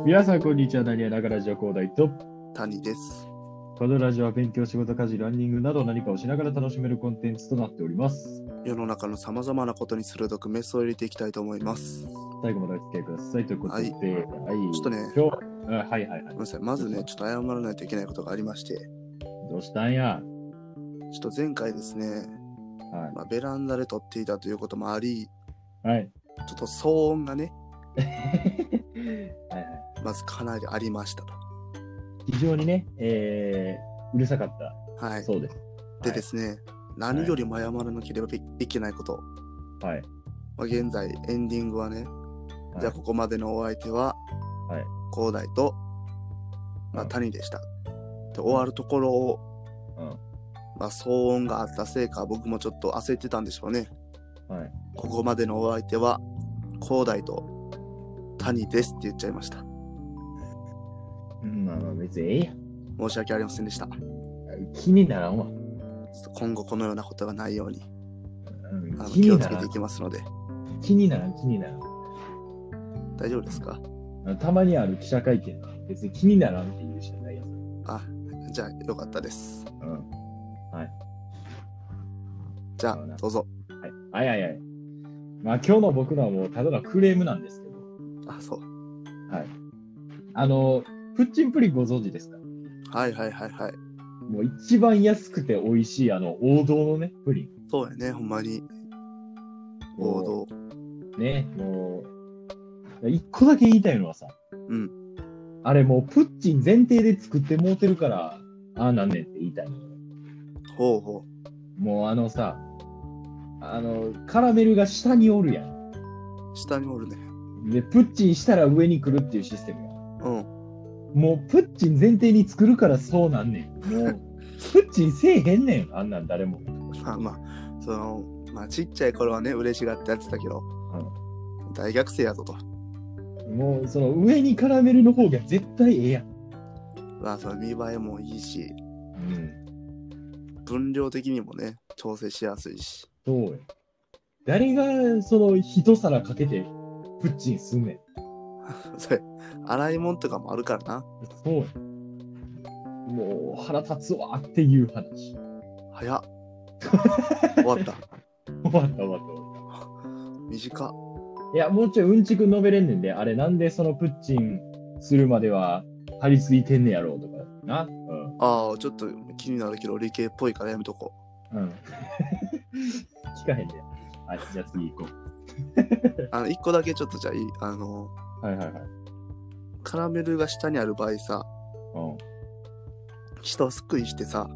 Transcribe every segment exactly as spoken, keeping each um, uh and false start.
皆さん、こんにちは。何やながラジオ広大と。 谷です。 このラジオは勉強、仕事、家事、ランニングなど何かをしながら楽しめるコンテンツとなっております。 世の中のさまざまなことに鋭くメスを入れていきたいと思います。 最後までお付き合いくださいということで、はい、はい、 ちょっとね、 今日、はいはいはい。ごめんなさい。まずね、ちょっと謝らないといけないことがありまして。 どうしたんや。 ちょっと前回ですね、はい、まあ、ベランダで撮っていたということもあり、はい、ちょっと騒音がね、はいはい、まずかなりありましたと。 非常にね、えー、うるさかった。はい。そうです。 でですね、はい、何よりも謝らなければいけないこと。はい。まあ、現在、エンディングはね、はい、じゃあここまでのお相手は、はい。広大と、まあ、谷でした。で、終わるところを、うん。まあ、騒音があったせいか、僕もちょっと焦ってたんでしょうね。はい。ここまでのお相手は、広大と谷ですって言っちゃいました。 うん、まあまあ別にええやん。 申し訳ありませんでした。 気にならんわ。 今後このようなことがないように、うん、あの気気をつけていきますので。 気にならん、気にならん。 大丈夫ですか？ たまにある記者会見は別に気にならんって言うしかないやつ。 あ、じゃあよかったです。うん。 はい。 じゃあどうぞ。 はい。はいはいはい。まあ今日の僕のはもうただのクレームなんですけど。 あ、そう。 はい。あの、プッチンプリンご存知ですか？ はいはいはいはい。 もう一番安くて美味しいあの王道のね、プリン。 そうやね、ほんまに。王道。 ね、もう、一個だけ言いたいのはさ、うん。あれもうプッチン前提で作ってもうてるから、ああなんねんって言いたいの。 ほうほう。もうあのさ、あの、カラメルが下におるやん。 下におるね。 で、プッチンしたら上に来るっていうシステムやん。うん。もうプッチン前提に作るからそうなんねん。もう、プッチンせえへんねん、あんなん誰も。 まあまあ、その、まあちっちゃい頃はね、嬉しがってやってたけど、うん、大学生やぞと。 もう、その上にカラメルの方が絶対ええやん。 まあ、その見栄えもいいし、うん。分量的にもね、調整しやすいし。 そうよ。誰が、その、一皿かけて、プッチンすんねん。 それ、洗い物とかもあるからな。 そうよ。もう、腹立つわっていう話。 早っ。終わった。 終わった終わった終わった。 短っ。 いや、もうちょいうんちく述べれんねんで、あれなんでそのプッチンするまでは張り付いてんねやろうとかな。うん、 ああ、ちょっと気になるけど理系っぽいからやめとこう。うん。聞かへんで。はい、じゃあ次行こう。 あの、一個だけちょっとじゃあいいあの、はいはいはい。カラメルが下にある場合さ、うん。一すくいしてさ、うん、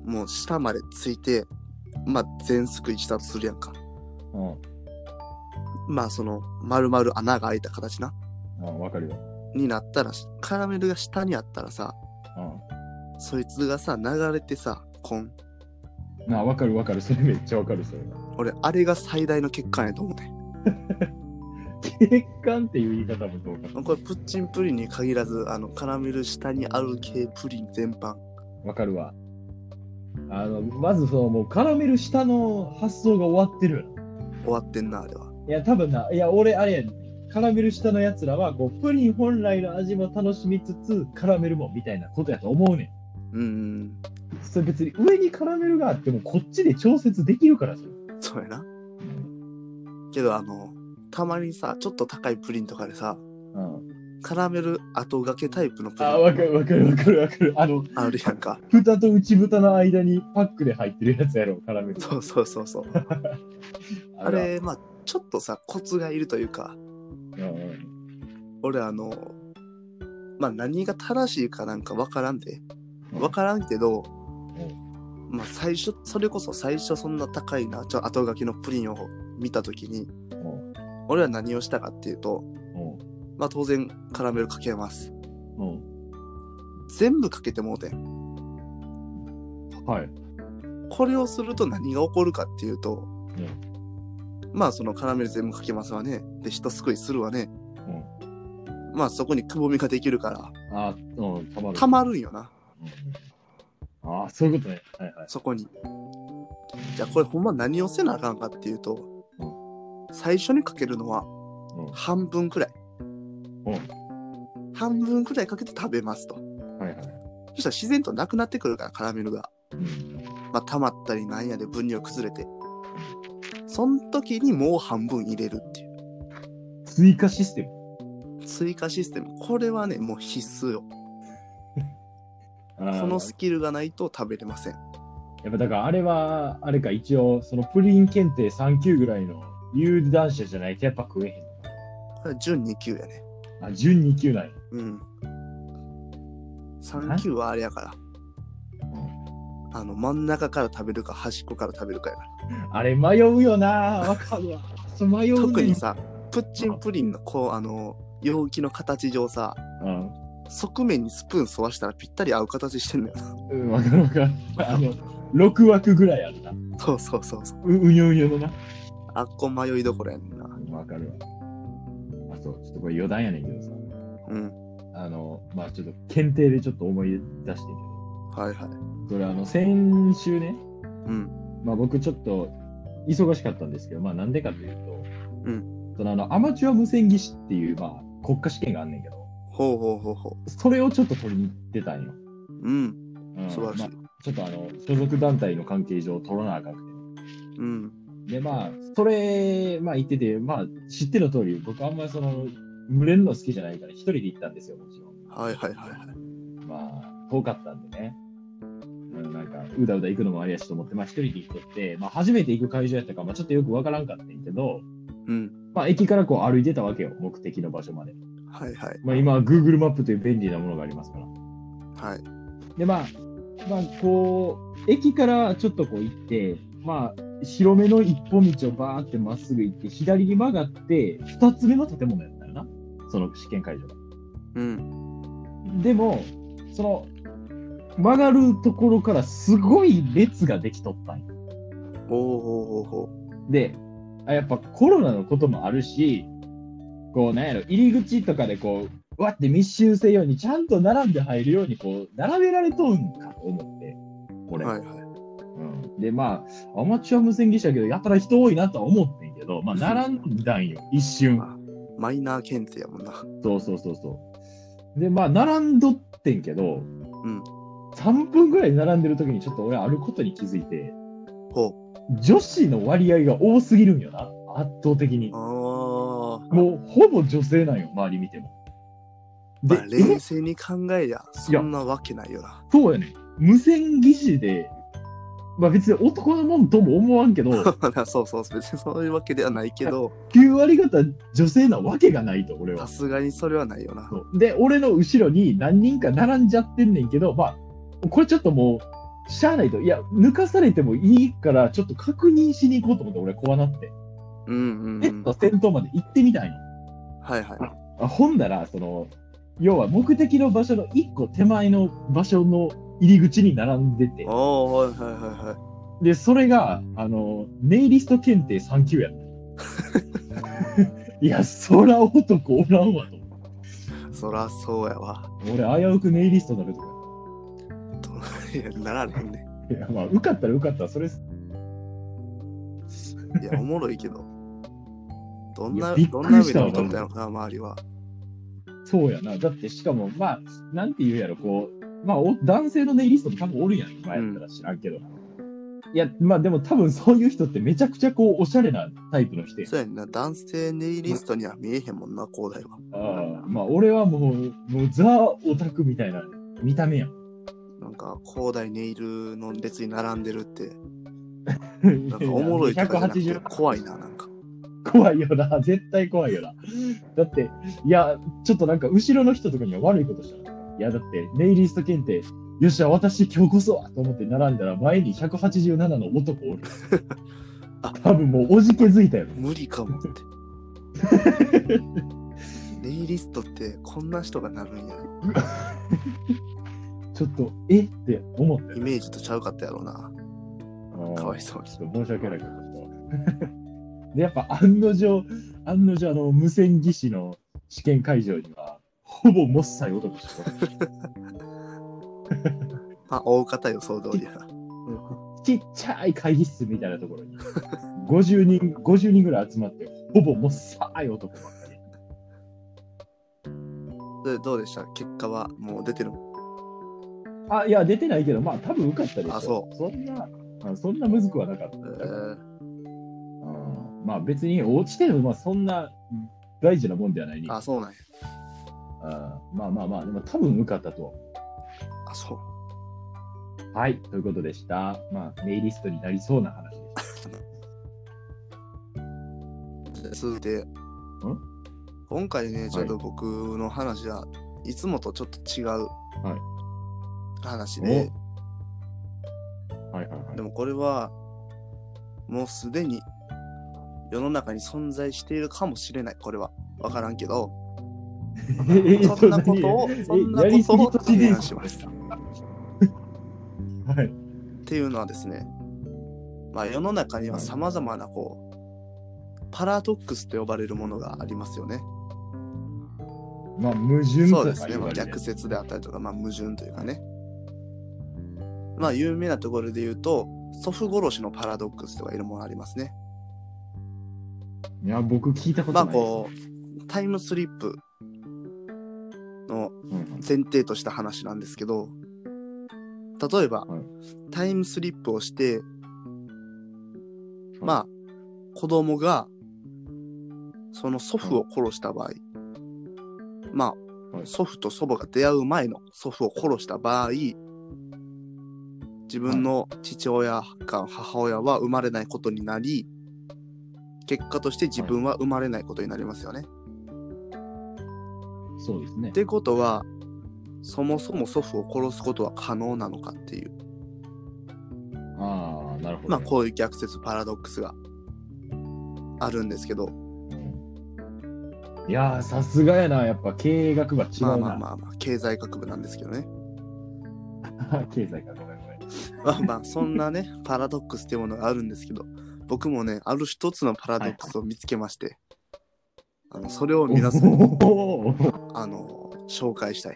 もう下までついて、まあ全すくいしたとするやんか。うん。まあその丸々穴が開いた形な。 うん、わかるよ。 になったら、カラメルが下にあったらさ、うん、そいつがさ流れてさ、コン。 ああ、わかるわかる。それめっちゃわかるそれ。 俺あれが最大の欠陥やと思うね。 欠陥っていう言い方もどうか。 これプッチンプリンに限らず、あのカラメル下にある系プリン全般。 わかるわ。あのまずそのもうカラメル下の発想が終わってるよ。 終わってんなあれは。 いや多分な、いや俺あれやねん。カラメル下のやつらはこうプリン本来の味も楽しみつつカラメルもみたいなことやと思うねん。うん。それ別に上にカラメルがあってもこっちで調節できるからさ。 そうやな。うん、けどあのたまにさちょっと高いプリンとかでさ、うん、カラメル後掛けタイプのプリン。 あ、わかるわかるわかるわかる。あのあるやんか。 蓋と内蓋の間にパックで入ってるやつやろ、カラメル。 そうそうそうそう。あれまあちょっとさコツがいるというか。うんうん、俺あのまあ何が正しいかなんか分からんで分からんけど、うん、まあ最初それこそ最初そんな高いなちょ後書きのプリンを見た時に、うん、俺は何をしたかっていうと、うん、まあ当然カラメルかけます、うん、全部かけてもうてん。はい。これをすると何が起こるかっていうと、うん、まあそのカラメル全部かけますわね。で一すくいするわね。うん、まあそこにくぼみができるから。 あ、うん、たまる。 たまるんよな。 うん、ああ、そういうことね。はいはい。 そこに。じゃあこれほんま何をせなあかんかっていうと、うん、最初にかけるのは半分くらい。うん、 半分くらいかけて食べますと。 はいはい。 そしたら自然となくなってくるから、カラメルが。 うん。 まあ、溜まったりなんやで分量崩れて。その時にもう半分入れるっていう。 追加システム。 追加システム。これはね、もう必須よ。 ここのスキルがないと食べれません。 やっぱだからあれは、あれか、一応、そのプリン検定さん級ぐらいの有段者じゃないとやっぱ食えへんのか。 これは準に級やね。 あ、準に級なんや。 うん。さん級はあれやから。あの、真ん中から食べるか端っこから食べるかやから。 あれ迷うよな。わかるわ。そう迷うね。 特にさ、プッチンプリンのこう、あの、容器の形上さ、 うん、 側面にスプーン沿わしたらぴったり合う形してんだよな。 うん、わかるわかる。あの、ろく枠ぐらいあるな。 そうそうそうそう。 う、うにょうにょのな。 あっこ迷いどころやねんな。 わかるわ。あ、そう、ちょっとこれ余談やねんけどさ。 うん。 あの、まあちょっと検定でちょっと思い出してんけど。 はいはい。 それあの、先週ね、 うん。 まあ僕ちょっと忙しかったんですけど、まあなんでかというと、 うん。 そのあの、アマチュア無線技師っていう、まあ国家試験があんねんけど、 ほうほうほうほそれをちょっと取りに行ってたんよ。 う。うん。 うん、 素晴らしい。 まあちょっとあの、所属団体の関係上取らなあかんくて。 うん。 で、まあ、それ、まあ言ってて、まあ知っての通り、僕あんまりその、群れるの好きじゃないから一人で行ったんですよ、もちろん。 はいはいはいはい。 まあ、遠かったんでね。うん、なんか、うだうだ行くのもありやしと思って、まあ一人で行っとって、まあ初めて行く会場やったから、まあちょっとよくわからんかったんやけど、 うん。 まあ駅からこう歩いてたわけよ、目的の場所まで。 はいはい。 まあ今は Google マップという便利なものがありますから。 はい。 で、まあ、まあこう、駅からちょっとこう行って、まあ、広めの一本道をバーってまっすぐ行って、左に曲がって、二つ目の建物やったよな。その試験会場が。 うん。 でも、その、曲がるところからすごい列ができとったんよ。 おおほうほう。で、あ、やっぱコロナのこともあるし、こう、なんやろ、入り口とかでこう、わって密集せように、ちゃんと並んで入るように、こう、並べられとんかと思って、俺。 はいはい。 うん、で、まあ、アマチュア無線技師やけど、やたら人多いなとは思ってんけど、まあ、並んだんよ、一瞬。 マイナー検定やもんな。 そうそうそうそう。で、まあ、並んどってんけど、 うん。 さんぷんぐらい並んでる時にちょっと俺あることに気づいて、 ほう。女子の割合が多すぎるんよな、圧倒的に。 ああ。 もう、ほぼ女性なんよ、周り見ても。 で、まあ、冷静に考えりゃ、そんなわけないよな。 そうやね。無線技師で、まあ別に男のもんとも思わんけど、 そうそう、別にそういうわけではないけど、 きゅう割方女性なわけがないと、俺は。 さすがにそれはないよな。 で、俺の後ろに何人か並んじゃってんねんけど、まあ、これちょっともう、しゃあないと。いや、抜かされてもいいから、ちょっと確認しに行こうと思って、俺怖なって。 うんうん、うん。 ペット先頭まで行ってみたいの。 はいはい。 あ、ほんだら、その、要は目的の場所の一個手前の場所の入り口に並んでて。 ああ、はいはいはいはい。 で、それが、あの、ネイリスト検定さん級やった。いや、そら男おらんわと。 そらそうやわ。 俺、危うくネイリストなるとか。 いや、なられへんね。 いや、まあ、受かったら受かったら、それ。いや、おもろいけど。どんな、 びっどんな目くりしたわで見とったのかな、周りは。 そうやな。だって、しかも、まあ、なんて言うやろ、こう、まあ、お男性のネイリストも多分おるやん、今やったら知らんけど。いや、まあでも多分そういう人ってめちゃくちゃこう、おしゃれなタイプの人やん。 そうやんな、男性ネイリストには見えへんもんな、広大は。 ああ、まあ俺はもう、もうザ・オタクみたいな見た目やん。 なんか、広大ネイルの列に並んでるって、なんかおもろいとかじゃなくて怖いな、なんか。 怖いよな、絶対怖いよな。だって、いや、ちょっとなんか後ろの人とかには悪いことしたら。いや、だって、ネイリスト検定、よっしゃ、私今日こそはと思って並んだら、前にひゃくはちじゅうななの男おる。あ、多分もうおじけづいたよ。 無理かもって。ネイリストってこんな人がなるんや。 ちょっと、えって思った。 イメージとちゃうかったやろうな。かわいそうに。 ちょっと申し訳ないけど。で、やっぱ案の定、案の定、あの、無線技師の試験会場には、ほぼもっさい男しかまあ、大方予想通りやな。 ちっちゃい会議室みたいなところに、ごじゅうにん、ごじゅうにんぐらい集まって、ほぼもっさい男ばっかり。 でどうでした？結果はもう出てる？ あ、いや、出てないけど、まあ、多分受かったでしょ。 あ、そう。 そんな、あそんなむずくはなかった。 えー、 まあ、別に落ちてるのはそんな大事なもんではないに。 あ、そうなんや。 あまあまあまあ、でも多分受かったと。 あ、そう。 はい、ということでした。まあ、メイリストになりそうな話です。続いて、今回ね、ちょっと僕の話はいつもとちょっと違う話で、 はいはいはい、 でもこれはもうすでに世の中に存在しているかもしれない。これは分からんけど、そんなことをそんなことを提案します。 はい。 っていうのはですね、まあ世の中にはさまざまなこうパラドックスと呼ばれるものがありますよね。 まあ矛盾とか、 そうですね、まあ、逆説であったりとか、まあ矛盾というかね。まあ有名なところで言うと、祖父殺しのパラドックスとかいうものありますね。 いや、僕聞いたことない。 まあこうタイムスリップの前提とした話なんですけど、例えば、はい、タイムスリップをして、はい、まあ子供がその祖父を殺した場合、はい、まあ、はい、祖父と祖母が出会う前の祖父を殺した場合、自分の父親か母親は生まれないことになり、結果として自分は生まれないことになりますよね。 はい、そうですね。 ってことは、そもそも祖父を殺すことは可能なのかっていう。 ああ、なるほど。 まあこういう逆説パラドックスがあるんですけど。 いやー、さすがやな。やっぱ経営学部は違うな。 まあまあまあまあ、経済学部なんですけどね。 経済学部。 まあまあ、そんなね、パラドックスっていうものがあるんですけど、僕もね、ある一つのパラドックスを見つけまして、はい、あのそれを皆さんにあの紹介したい。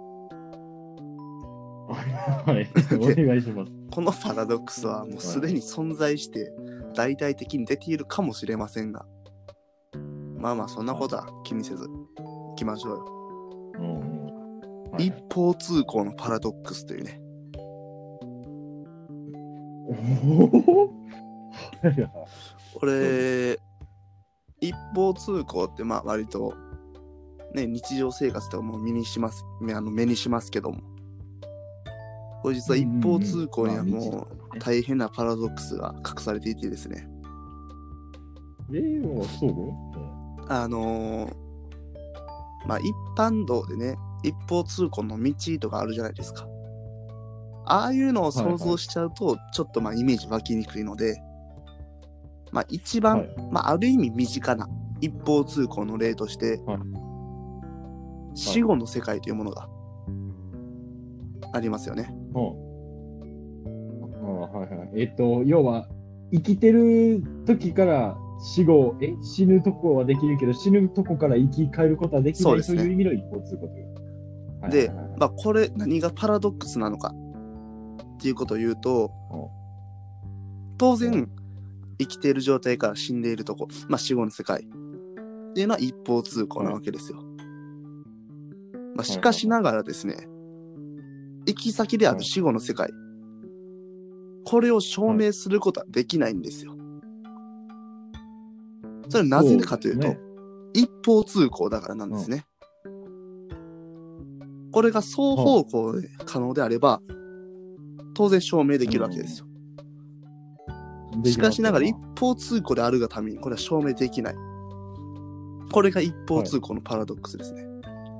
はい、お願いします。 このパラドックスはもうすでに存在して大々的に出ているかもしれませんが、まあまあそんなことは気にせず行きましょうよ。うんはい、一方通行のパラドックスというね。これ一方通行ってまあ割とね日常生活とかも目にしますあの目にしますけども、これ実は一方通行にはもう大変なパラドックスが隠されていてですね。 えー、そうあのー、まあ一般道でね一方通行の道とかあるじゃないですか。ああいうのを想像しちゃうと、はいはい、ちょっとまあイメージ湧きにくいので、まあ一番、はい、まあある意味身近な一方通行の例として、はい、死後の世界というものがありますよね。 はいはいはい、えっと要は生きてる時から死後え死ぬとこはできるけど死ぬとこから生き返ることはできない、ね、という意味の一方通行という。 はいはいはい、で、まあこれ何がパラドックスなのか。っていうことを言うと、当然生きている状態から死んでいるとこ、まあ死後の世界っていうのは一方通行なわけですよ。まあ、しかしながらですね、行き先である死後の世界、これを証明することはできないんですよ。それはなぜかというと、一方通行だからなんですね。これが双方向で可能であれば、当然証明できるわけですよ。うん、しかしながら一方通行であるがためにこれは証明できない。これが一方通行のパラドックスですね。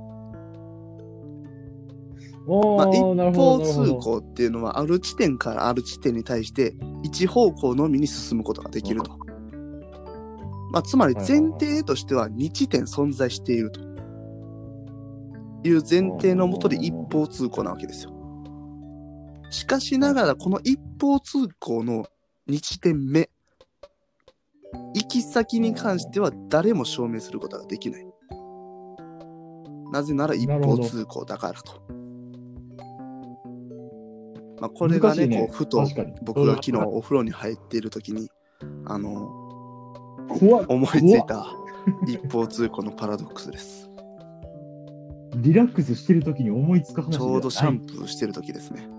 はいまあ、一方通行っていうのはある地点からある地点に対して一方向のみに進むことができると。まあ、つまり前提としてはに地点存在しているという前提のもとで一方通行なわけですよ。しかしながらこの一方通行のに地点目、行き先に関しては誰も証明することができない。なぜなら一方通行だからと。まあ、これが ね, ねこうふと僕が昨日お風呂に入っている時にあの思いついた一方通行のパラドックスです。 リラックスしてる時に思いつく話ちょうどシャンプーしてる時ですね。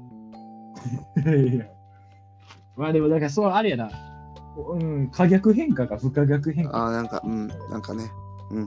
まあでもだからそうあれやな、うん、可逆変化か不可逆変化。 ああ、なんか、うん、なんかね。うん。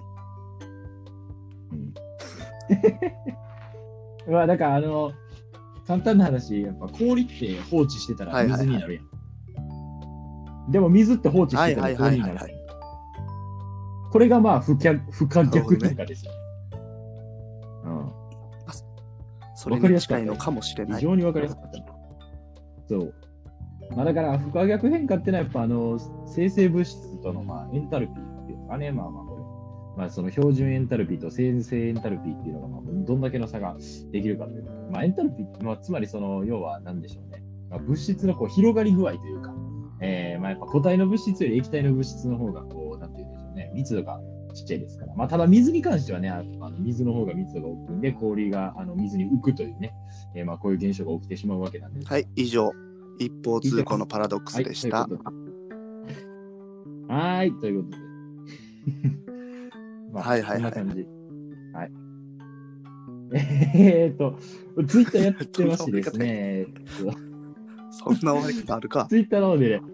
うん、まあだからあの、簡単な話、やっぱ氷って放置してたら水になるやん。はいはいはい、でも水って放置してたら氷になる。これがまあ不可不可逆変化ですよ。うん。 それに近いのかもしれない。 非常にわかりやすかった。そう。まあだから不可逆変化ってのはやっぱあの生成物質とのまあエンタルピーっていうかね、まあまあこれ、まあその標準エンタルピーと生成エンタルピーっていうのがまあどんだけの差ができるかという。まあエンタルピー、まあつまりその要は何でしょうね。まあ、物質のこう広がり具合というか、えー、まあやっぱ固体の物質より液体の物質の方がこう、なんていうんでしょうね、密度がちっちゃいですから。まあただ水に関してはね、あの水の方が密度が大きいんで、氷があの水に浮くというね、えー、まあこういう現象が起きてしまうわけなんです。 はい、以上。一方通行のパラドックスでした。 はい、ということで。まあ、 はいはいはい。 こんな感じ。はい。えーっと、ツイッターやってましてですね。 そんな終わり方あるか。 ツイッターの方で、ね、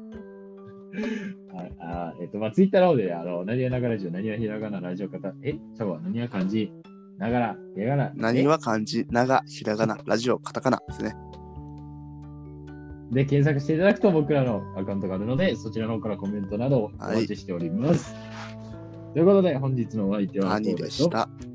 はい、あえっ、ー、と、まあ、ツイッターの方で、あの、何はながらラジオ、何はひらがなラジオ方、え、ちゃうわ、何は漢字、ながら、ひらがな。 何は漢字、なが、ひらがな、ラジオ、カタカナですね。 で、検索していただくと僕らのアカウントがあるので、そちらの方からコメントなどをお待ちしております。はい、ということで、本日のお相手はアニでした。